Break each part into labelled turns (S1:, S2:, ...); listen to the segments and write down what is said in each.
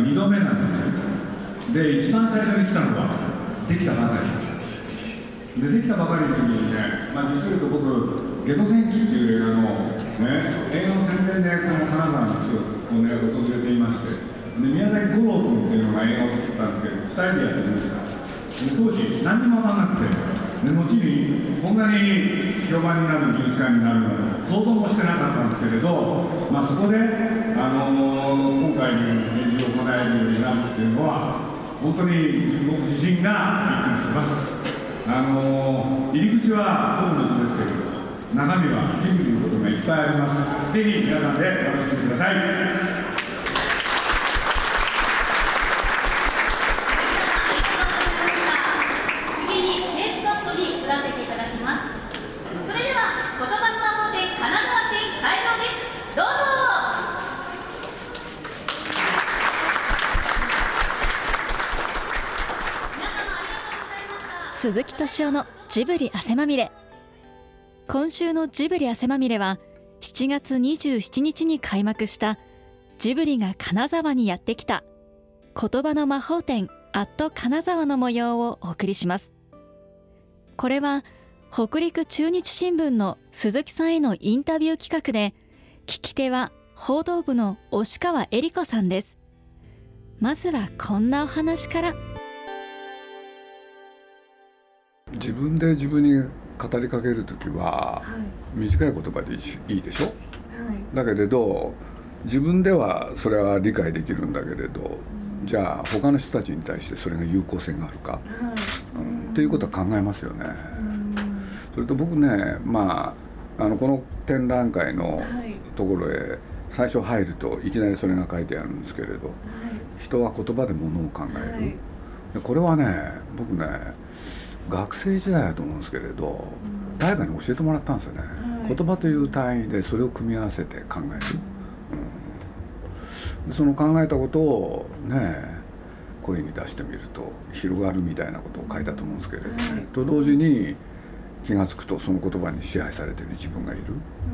S1: 2度目なんですよ。で、一番最初に来たのはできたばかりで、できたばかりの時にね、実を言うと僕ゲド戦記っていう映画の映画の宣伝でこの金沢の地をね訪れていまして、で宮崎五郎君っていうのが映画を作ったんですけど、2人でやってみました。で当時何にも分からなくて、で後にこんなに評判になる美術館になるのは想像もしてなかったんですけれど、そこで、今回の展示を行えるようになるっていうのは本当に僕自身がびっくりしてます。入り口は本物ですけれど、中身はジブリのことがいっぱいあります。ぜひ皆さんでお楽しみください。
S2: 鈴木敏夫のジブリ汗まみれ。今週のジブリ汗まみれは7月27日に開幕したジブリが金沢にやってきた言葉の魔法展@金沢の模様をお送りします。これは北陸中日新聞の鈴木さんへのインタビュー企画で、聞き手は報道部の押川恵理子さんです。まずはこんなお話から。
S3: 自分で自分に語りかけるときは、短い言葉でいいでしょ、だけれど自分ではそれは理解できるんだけれど、じゃあ他の人たちに対してそれが有効性があるか、っていうことは考えますよね。それと僕ね、この展覧会のところへ最初入るといきなりそれが書いてあるんですけれど、人は言葉でものを考える、これはね、僕ね学生時代だと思うんですけれど、誰かに教えてもらったんですよね、言葉という単位でそれを組み合わせて考える、その考えたことをね声に出してみると広がるみたいなことを書いたと思うんですけれどね、と同時に気が付くとその言葉に支配されている自分がいる、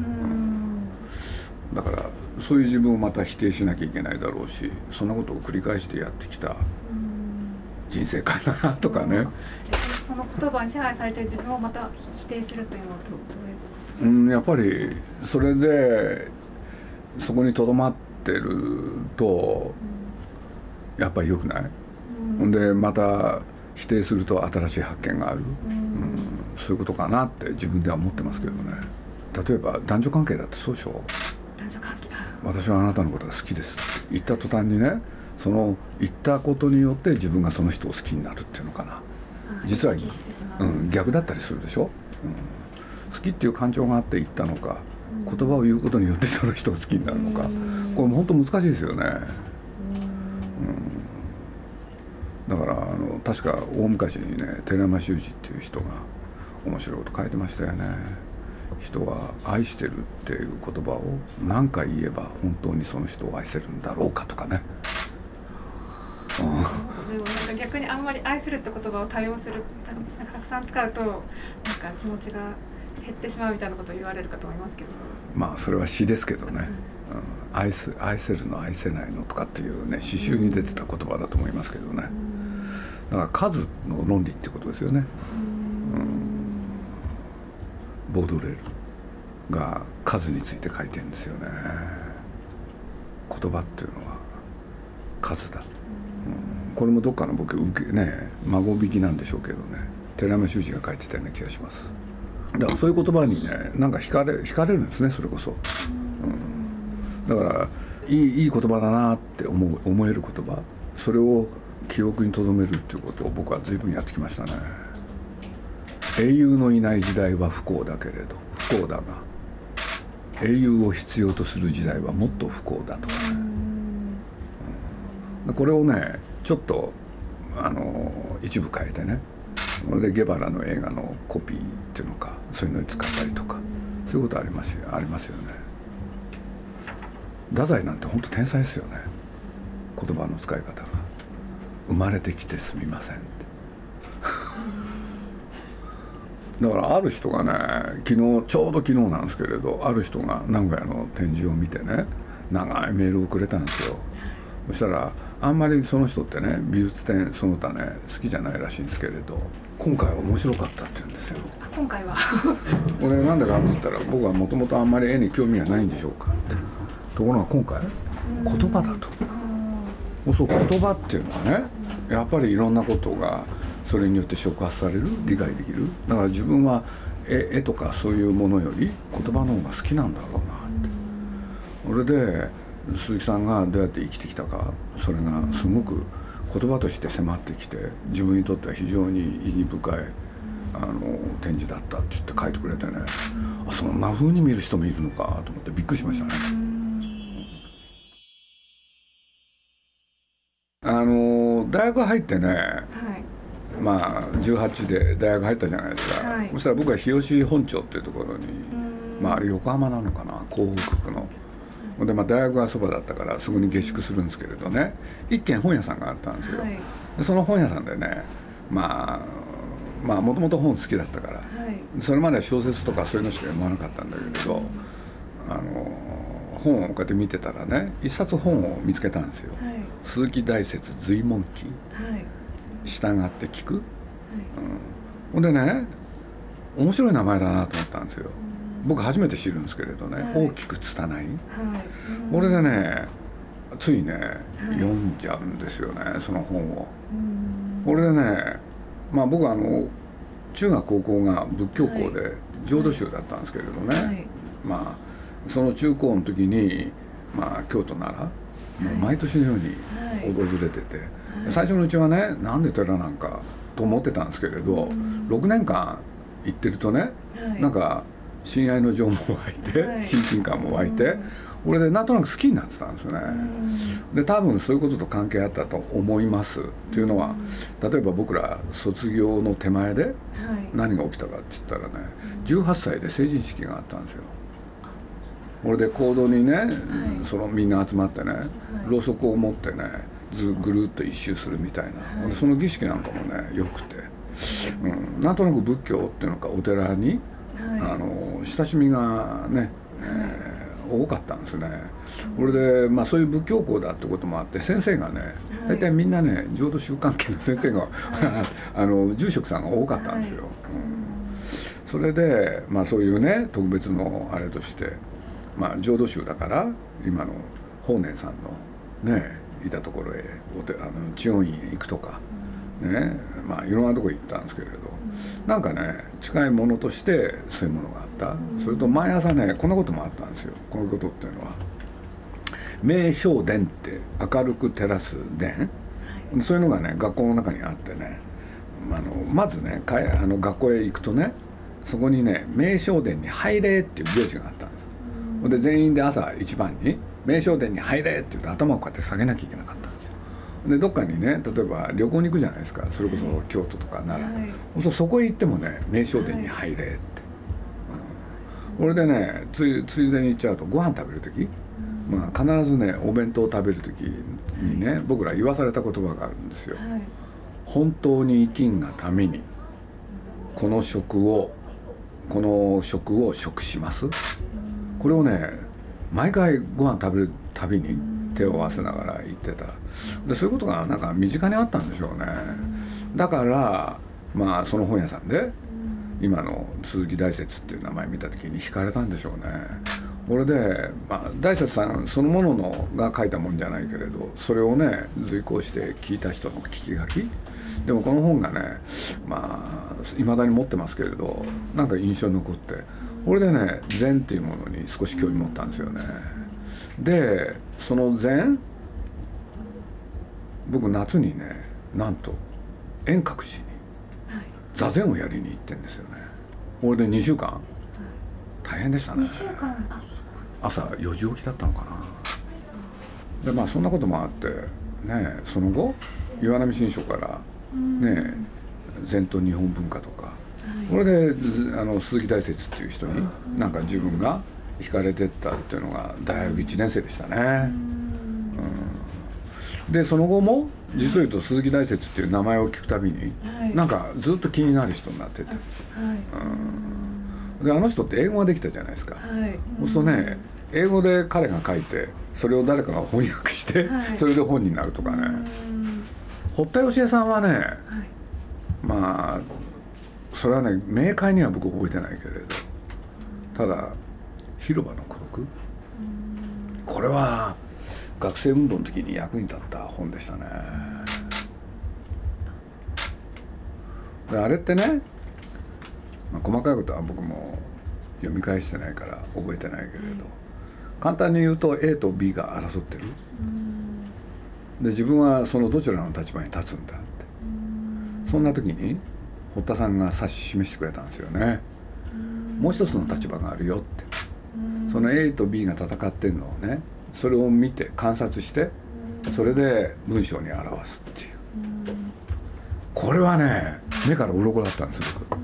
S3: だからそういう自分をまた否定しなきゃいけないだろうし、そんなことを繰り返してやってきた人生かなとかね。
S4: その言葉に支配されている自分をまた否定するというのはどういうことですか？
S3: やっぱりそれでそこにとどまってるとやっぱり良くない、でまた否定すると新しい発見がある、そういうことかなって自分では思ってますけどね。例えば男女関係だってそうでしょ。
S4: 男女関係、
S3: 私はあなたのことが好きですって言った途端にね、その言ったことによって自分がその人を好きになるっていうのかな、実は、逆だったりするでしょ、好きっていう感情があって言ったのか、言葉を言うことによってその人を好きになるのか、これも本当難しいですよね。だから確か大昔にね、寺山修司っていう人が面白いこと書いてましたよね。人は愛してるっていう言葉を何回言えば本当にその人を愛せるんだろうかとかね。
S4: でもなんか逆にあんまり愛するって言葉を多用する、なんかたくさん使うとなんか気持ちが減ってしまうみたいなことを言われるかと思いますけど、
S3: それは詩ですけどね、愛せるの愛せないのとかっていうね、詩集に出てた言葉だと思いますけどね。だから数の論理ってことですよね。ボードレールが数について書いてるんですよね。言葉っていうのは数だ、これもどっかの僕孫引きなんでしょうけどね、寺山修司が書いてたような気がします。だからそういう言葉にね、なんか惹かれるんですね、それこそ、だからいい言葉だなって思える言葉、それを記憶に留めるっていうことを僕は随分やってきましたね。英雄のいない時代は不幸だけれど不幸だが、英雄を必要とする時代はもっと不幸だとかね、これをねちょっと一部変えてね、それでゲバラの映画のコピーっていうのか、そういうのに使ったりとか、そういうことありますよね。太宰なんて本当天才ですよね。言葉の使い方が生まれてきてすみませんってだからある人がね、ちょうど昨日なんですけれど、ある人が名古屋の展示を見てね、長いメールをくれたんですよ。 そしたらあんまりその人ってね美術展その他ね好きじゃないらしいんですけれど、今回は面白かったって言うんですよ。
S4: 今回は
S3: 俺なんでかって言ったら、僕はもともとあんまり絵に興味がないんでしょうかって。ところが今回言葉だと。そう、言葉っていうのはねやっぱりいろんなことがそれによって触発される、理解できる。だから自分は絵とかそういうものより言葉の方が好きなんだろうなって。それで鈴木さんがどうやって生きてきたか、それがすごく言葉として迫ってきて、自分にとっては非常に意義深い展示だったって言って書いてくれてね、そんな風に見る人もいるのかと思ってびっくりしましたね。大学入ってね、はい、まあ18で大学入ったじゃないですか、はい、そしたら僕は日吉本町っていうところに、まああれ横浜なのかな、港北区の。でまあ、大学がそばだったからそこに下宿するんですけれどね、一軒本屋さんがあったんですよ、はい、でその本屋さんでね、まあもともと本好きだったから、はい、それまでは小説とかそういうのしか読まなかったんだけれど、本をこうやって見てたらね、一冊本を見つけたんですよ、はい、鈴木大拙随文記、はい、従って聞く、はい、ほんでね面白い名前だなと思ったんですよ。僕初めて知るんですけれどね、はい、大きく拙い、はい、これでねついね、はい、読んじゃうんですよね、その本を。これでね、まあ僕は中学高校が仏教校で浄土宗だったんですけれどね、はい、まあその中高の時に、まあ、京都ならもう毎年のように訪れてて、はい、最初のうちはねなんで寺なんかと思ってたんですけれど、6年間行ってるとね、はい、なんか親愛の情も湧いて、はい、親近感も湧いて、俺でなんとなく好きになってたんですよね。で多分そういうことと関係あったと思います。っていうのは、例えば僕ら卒業の手前で何が起きたかって言ったらね、18歳で成人式があったんですよ。俺で講堂にね、はい、みんな集まってね、はい、ろうそくを持ってねぐるっと一周するみたいな、はい、その儀式なんかもねよくて、なんとなく仏教っていうのかお寺にはい、親しみがね、多かったんですね。これで、まあ、そういう仏教校だってこともあって先生がね、大体みんなね浄土宗関係の先生が、はい、住職さんが多かったんですよ、はい、それで、まあ、そういうね特別のあれとして、まあ、浄土宗だから今の法然さんのねいたところへ知恩院へ行くとかね、まあいろんなとこ行ったんですけれど、なんかね近いものとしてそういうものがあった。それと毎朝ねこんなこともあったんですよ。こういうことっていうのは明正殿って明るく照らす殿、そういうのがね学校の中にあってね、まずね学校へ行くとね、そこにね明正殿に入れっていう行事があったんです。で全員で朝一番に明正殿に入れって言うと頭をこうやって下げなきゃいけなかったんですよ。でどっかにね例えば旅行に行くじゃないですか、それこそ京都とか奈良、そこへ行ってもね明正殿に入れって、これでねついでに行っちゃうとご飯食べる時、まあ、必ずねお弁当を食べる時にね僕ら言わされた言葉があるんですよ、はい、本当に生きんがためにこの食を食します。これをね毎回ご飯食べるたびに手を合わせながら言ってた。でそういうことがなんか身近にあったんでしょうね。だからまあその本屋さんで今の鈴木大拙っていう名前見た時に惹かれたんでしょうね。これで、まあ、大拙さんそのものが書いたもんじゃないけれど、それをね随行して聞いた人の聞き書きでもこの本がねまあいまだに持ってますけれど、なんか印象に残って、これでね禅っていうものに少し興味持ったんですよね。でその禅、僕夏にねなんと円覚寺に座禅をやりに行ってんですよね。これで2週間大変でしたね。2週間朝4時起きだったのかな。でまあそんなこともあってね、その後岩波新書からね禅と日本文化とか、これで鈴木大拙っていう人になんか自分が惹かれてったっていうのが大学1年生でしたね。でその後も実を言うと鈴木大拙っていう名前を聞くたびに、なんかずっと気になる人になってて、であの人って英語ができたじゃないですか、そうするとね英語で彼が書いてそれを誰かが翻訳して、はい、それで本になるとかね。堀田芳恵さんはね、はい、まあそれはね明快には僕覚えてないけれど、ただ広場の孤独、これは学生運動の時に役に立った本でしたね。であれってね、まあ、細かいことは僕も読み返してないから覚えてないけれど、簡単に言うと A と B が争ってる。で自分はそのどちらの立場に立つんだって、そんな時に堀田さんが指し示してくれたんですよね。もう一つの立場があるよって、その A と B が戦ってるのをね、それを見て観察して、それで文章に表すっていう、これはね目から鱗だったんです僕。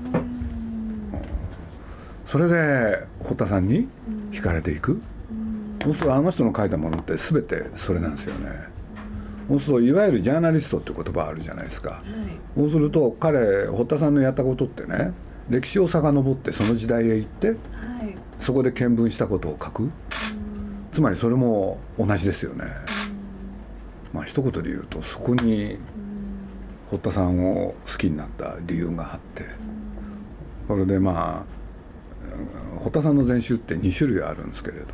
S3: それで堀田さんに惹かれていく。そうするとあの人の書いたものって全てそれなんですよね。そうするといわゆるジャーナリストっていう言葉あるじゃないですか、はい、そうすると堀田さんのやったことってね、歴史を遡ってその時代へ行って、はい、そこで見聞したことを書く、つまりそれも同じですよね。まあ一言で言うとそこに堀田さんを好きになった理由があって、それでまあ堀田さんの全集って2種類あるんですけれど、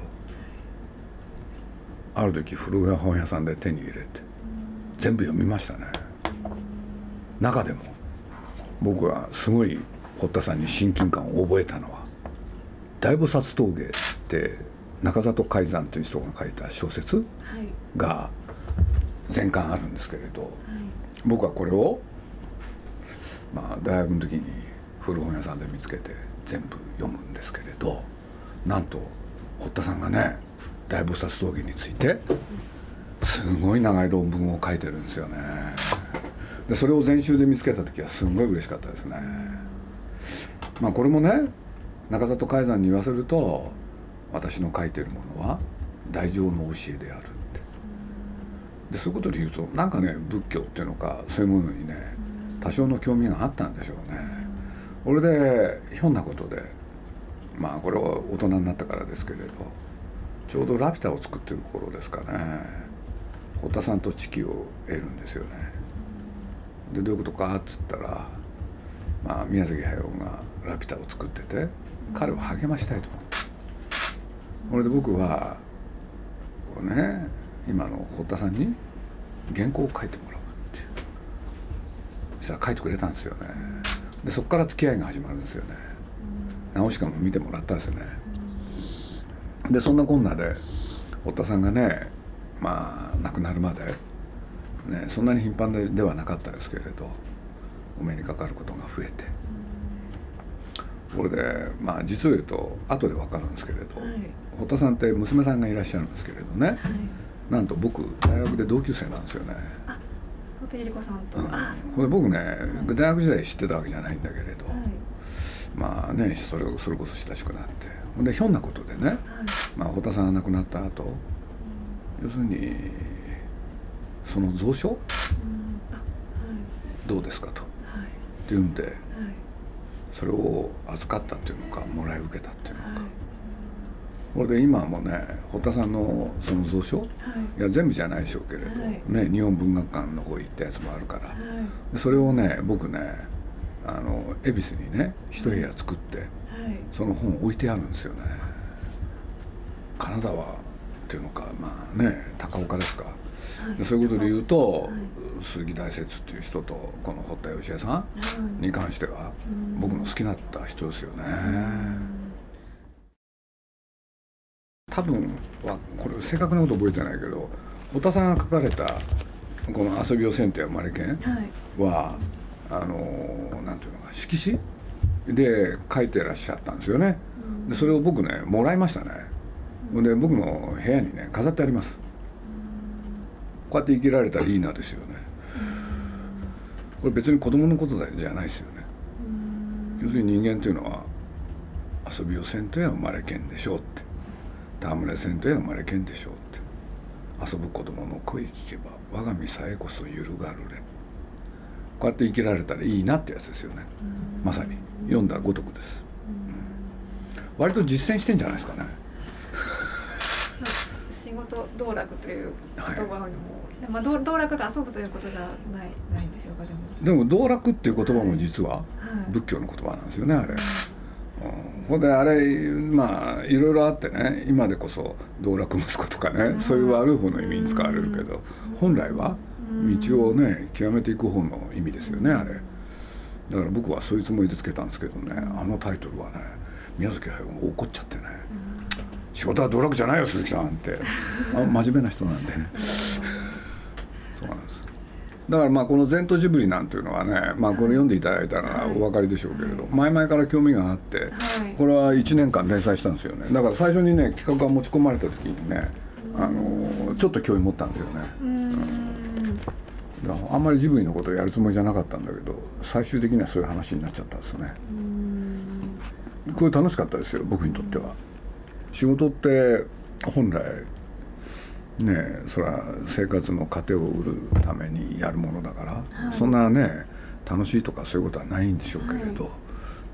S3: ある時古本屋さんで手に入れて全部読みましたね。中でも僕はすごい堀田さんに親近感を覚えたのは大菩薩峠って中里海山という人が書いた小説が全巻あるんですけれど、僕はこれをまあ大学の時に古本屋さんで見つけて全部読むんですけれど、なんと堀田さんがね大菩薩峠についてすごい長い論文を書いてるんですよね。でそれを全集で見つけた時はすごい嬉しかったですね。まあこれもね中里海山に言わせると、私の書いてるものは大乗の教えであるって。でそういうことで言うとなんかね仏教っていうのかそういうものにね多少の興味があったんでしょうね。これでひょんなことで、まあこれは大人になったからですけれど、ちょうどラピュタを作ってる頃ですかね、堀田さんと知己を得るんですよね。でどういうことかっつったら、まあ、宮崎駿がラピュタを作ってて彼を励ましたいと思って、これで僕はね今の堀田さんに原稿を書いてもらうっていう、そしたら書いてくれたんですよね。でそこから付き合いが始まるんですよね。直しかも見てもらったんですよね。でそんなこんなで堀田さんがね、まあ亡くなるまで、ね、そんなに頻繁ではなかったですけれどお目にかかることが増えて、これでまあ実を言うと後で分かるんですけれど、堀田さんって娘さんがいらっしゃるんですけれどね、はい、なんと僕大学で同級生なんですよね。
S4: 堀田百合子さんと、
S3: で僕ね大学時代知ってたわけじゃないんだけれど、はい、まあねそれこそ親しくなって、でひょんなことでね、はい、まあ堀田さんが亡くなった後、要するにその蔵書、どうですかと、っていうんで、それを預かったっていうのかもらい受けたっていうのか、これで今もね堀田さんのその蔵書、いや全部じゃないでしょうけれど、ね、日本文学館の方行ったやつもあるから、でそれをね僕ね恵比寿にね一部屋作って、その本置いてあるんですよね。金沢っていうのか、まあね高岡ですか、でそういうことで言うと、鈴木大拙っていう人とこの堀田芳恵さんに関しては僕の好きだった人ですよね。多分はこれ正確なこと覚えてないけど、堀田さんが書かれたこの「遊びをせんとや生まれけん」は、なんていうのか色紙で書いてらっしゃったんですよね。でそれを僕ねもらいましたね。で僕の部屋にね飾ってあります。こうやって生きられたらいいなですよね。これ別に子供のことじゃないですよね。要するに人間というのは遊びをせんとや生まれけんでしょうって、戯れせんとや生まれけんでしょうって、遊ぶ子供の声聞けば我が身さえこそ揺るがるれ、こうやって生きられたらいいなってやつですよね。まさに読んだごとくです。割と実践してんじゃないですかね。
S4: 事道楽という言葉にも、はい、まあ、道楽が遊ぶということじゃないんでしょうか。
S3: でも道楽っていう言葉も実は仏教の言葉なんですよね、あれ。ほんであれ、まあいろいろあってね、今でこそ道楽息子とかね、そういう悪い方の意味に使われるけど、本来は道をね極めていく方の意味ですよね、あれ。だから僕はそういうつもりでつけたんですけどね、あのタイトルはね、宮崎駿が怒っちゃってね、仕事は道楽じゃないよ鈴木さんって真面目な人なんでねそうなんです。だからまあこの前途ジブリなんていうのはね、まあこれ読んでいただいたらお分かりでしょうけれど、前々から興味があって、これは1年間連載したんですよね。だから最初にね企画が持ち込まれた時にね、ちょっと興味持ったんですよね。だからあんまりジブリのことをやるつもりじゃなかったんだけど、最終的にはそういう話になっちゃったんですよね。これ楽しかったですよ、僕にとっては。仕事って本来ねえ、それは生活の糧を売るためにやるものだから、はい、そんなね楽しいとかそういうことはないんでしょうけれど、はい、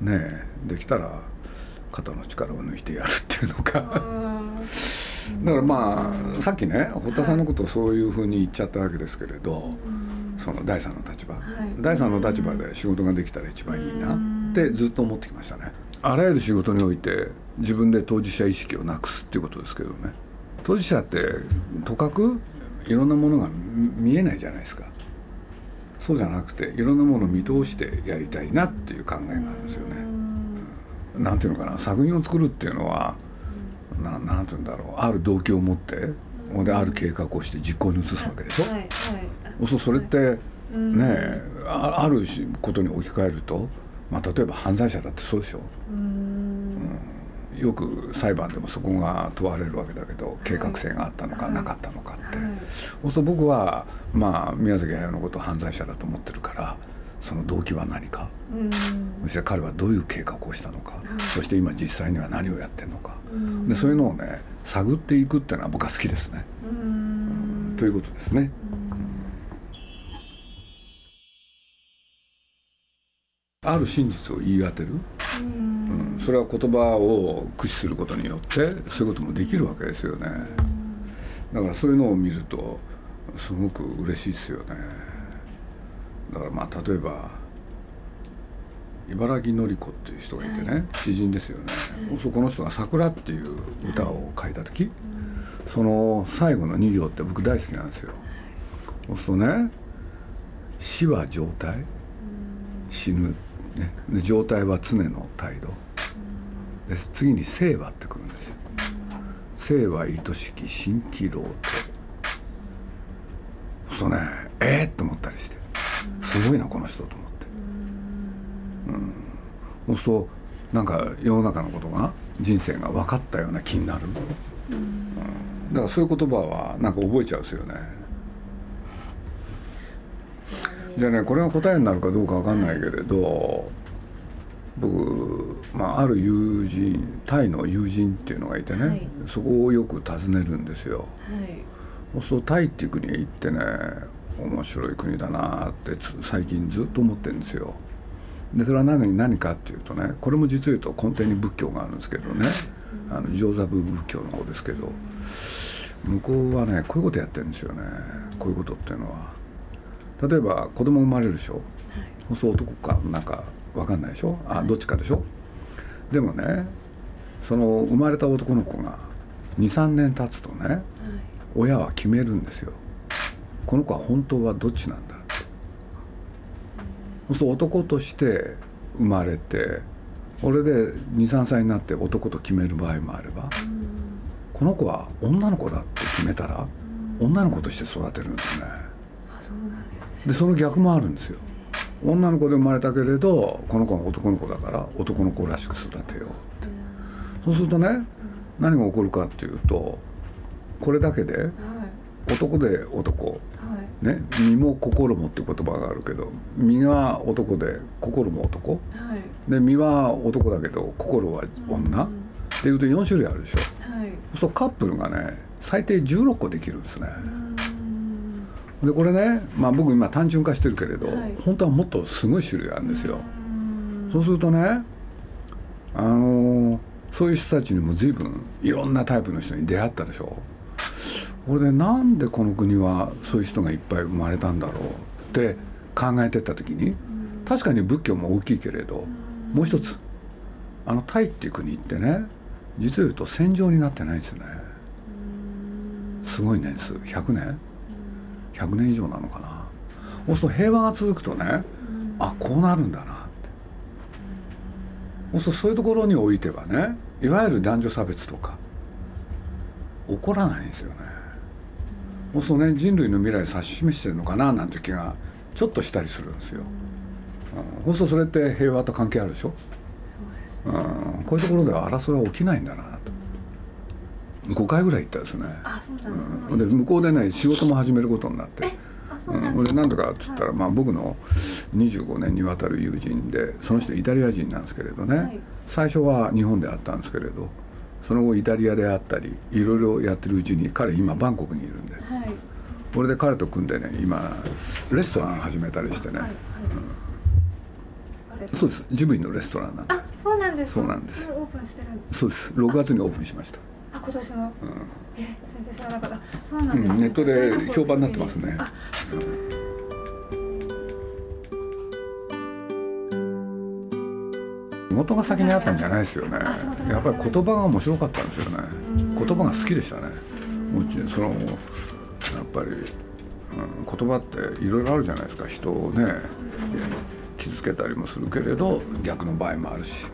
S3: ねえできたら肩の力を抜いてやるっていうのかだからまあさっきね堀田さんのことをそういうふうに言っちゃったわけですけれど、その第三の立場、はい、第三の立場で仕事ができたら一番いいなってずっと思ってきましたね。あらゆる仕事において自分で当事者意識をなくすっていうことですけどね。当事者ってとかくいろんなものが見えないじゃないですか。そうじゃなくていろんなものを見通してやりたいなっていう考えがあるんですよね。なんていうのかな、作品を作るっていうのはなんていうんだろう、ある動機を持ってである計画をして実行に移すわけでしょ。はいはい、それってねあることに置き換えると、まあ、例えば犯罪者だってそうでしょ。よく裁判でもそこが問われるわけだけど、計画性があったのかなかったのかって、そうすると僕はまあ宮崎駿のことを犯罪者だと思ってるから、その動機は何か、そして彼はどういう計画をしたのか、そして今実際には何をやってるのか、でそういうのをね探っていくっていうのは僕は好きですね。ということですね。ある真実を言い当てる、それは言葉を駆使することによってそういうこともできるわけですよね。だからそういうのを見るとすごく嬉しいですよね。だからまあ例えば茨城のり子っていう人がいてね、詩人ですよね。この人が「桜」っていう歌を書いた時、その最後の2行って僕大好きなんですよ。そうするとね、死は状態、死ぬ、ね、で状態は常の態度で、次に生はってくるんですよ。生は愛しき蜃気楼と。そうするとね、と思ったりして、すごいなこの人と思って、そうするとなんか世の中のことが、人生が分かったような気になる、だからそういう言葉はなんか覚えちゃうんですよね。じゃあね、これが答えになるかどうか分かんないけれど、僕、ある友人、タイの友人っていうのがいてね、はい、そこをよく訪ねるんですよ。はい、そうタイっていう国へ行ってね、面白い国だなって最近ずっと思ってるんですよ。でそれは何かっていうとね、これも実を言うと根底に仏教があるんですけどね、上座部仏教の方ですけど、向こうはねこういうことやってるんですよね。こういうことっていうのは、例えば子供生まれるでしょ、はい、そう男かなんか分かんないでしょ、どっちかでしょ。でもね、その生まれた男の子が 2,3 年経つとね、はい、親は決めるんですよ。この子は本当はどっちなんだって。そうすると男として生まれて、これで 2,3 歳になって男と決める場合もあれば、この子は女の子だって決めたら女の子として育てるんですね。でその逆もあるんですよ。女の子で生まれたけれどこの子は男の子だから男の子らしく育てようって。そうするとね、何が起こるかっていうと、これだけで男で男、ね、身も心もっていう言葉があるけど、身は男で心も男、で身は男だけど心は女っていうと4種類あるでしょ。そうするとカップルがね最低16個できるんですね。でこれね、僕今単純化してるけれど、本当はもっとすごい種類あるんですよ。そうするとね、そういう人たちにも随分いろんなタイプの人に出会ったでしょ。 これでなんでこの国はそういう人がいっぱい生まれたんだろうって考えてった時に、確かに仏教も大きいけれど、もう一つタイっていう国ってね、実を言うと戦場になってないんですよね。すごい年数、100年以上なのかな。そうすると平和が続くとね、あ、こうなるんだなって。そういうところにおいてはね、いわゆる男女差別とか起こらないんですよね。そうするとね、人類の未来を指し示してるのかななんて気がちょっとしたりするんですよ。そうするとそれって平和と関係あるでしょ。こういうところでは争いは起きないんだなと5回ぐらい行ったですね。で向こうでね、仕事も始めることになって、なんでかって言ったら、僕の25年にわたる友人で、その人イタリア人なんですけれどね、最初は日本であったんですけれど、その後イタリアであったりいろいろやってるうちに、彼今バンコクにいるんで、これで彼と組んでね、今レストラン始めたりしてね、そうです、ジブリのレストランなんで。
S4: そうなんですか。
S3: そうなんです。
S4: オープンしてるんです。
S3: そうです。6月にオープンしました。
S4: 今年の。全然知らなかった。そうなんですね。
S3: ネットで評判になってますね。元が先にあったんじゃないですよね。やっぱり言葉が面白かったんですよね。言葉が好きでしたね。やっぱり、言葉っていろいろあるじゃないですか。人をね、傷つけたりもするけれど、逆の場合もあるし。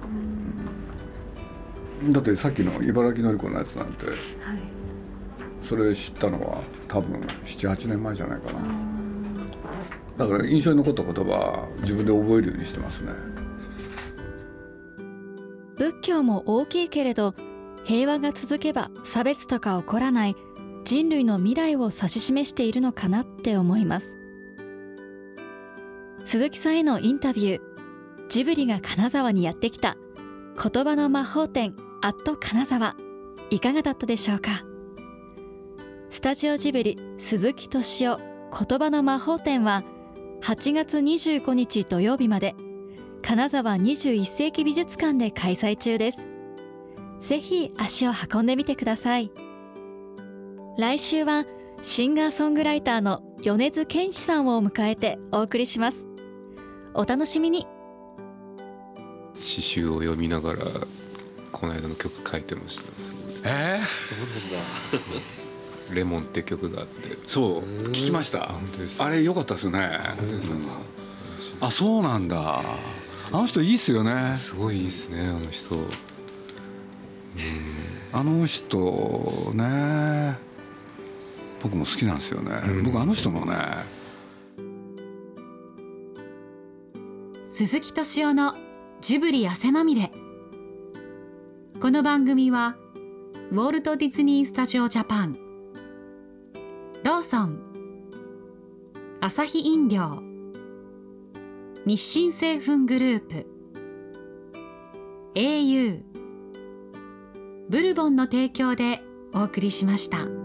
S3: だってさっきの茨城のり子のやつなんて、それ知ったのは多分7、8年前じゃないかな。だから印象に残った言葉は自分で覚えるようにしてますね。
S2: 仏教も大きいけれど、平和が続けば差別とか起こらない人類の未来を指し示しているのかなって思います。鈴木さんへのインタビュー、ジブリが金沢にやってきた言葉の魔法展@金沢、いかがだったでしょうか。スタジオジブリ鈴木敏夫言葉の魔法展は8月25日土曜日まで金沢21世紀美術館で開催中です。ぜひ足を運んでみてください。来週はシンガーソングライターの米津玄師さんを迎えてお送りします。お楽しみに。
S5: 詩集を読みながらこの間の曲書いてました。そうなんだ。レモンって曲があって、
S3: そう聞きました。あれ良かったですよね。あ、そうなんだ。あの人いいっすよね。
S5: すごいいいっすね、あの人。
S3: あの人ね、僕も好きなんですよね。僕あの人のね。
S6: 鈴木敏夫のジブリ汗まみれ。この番組はウォルト・ディズニー・スタジオ・ジャパン、ローソン、アサヒ飲料、日清製粉グループ、au、ブルボンの提供でお送りしました。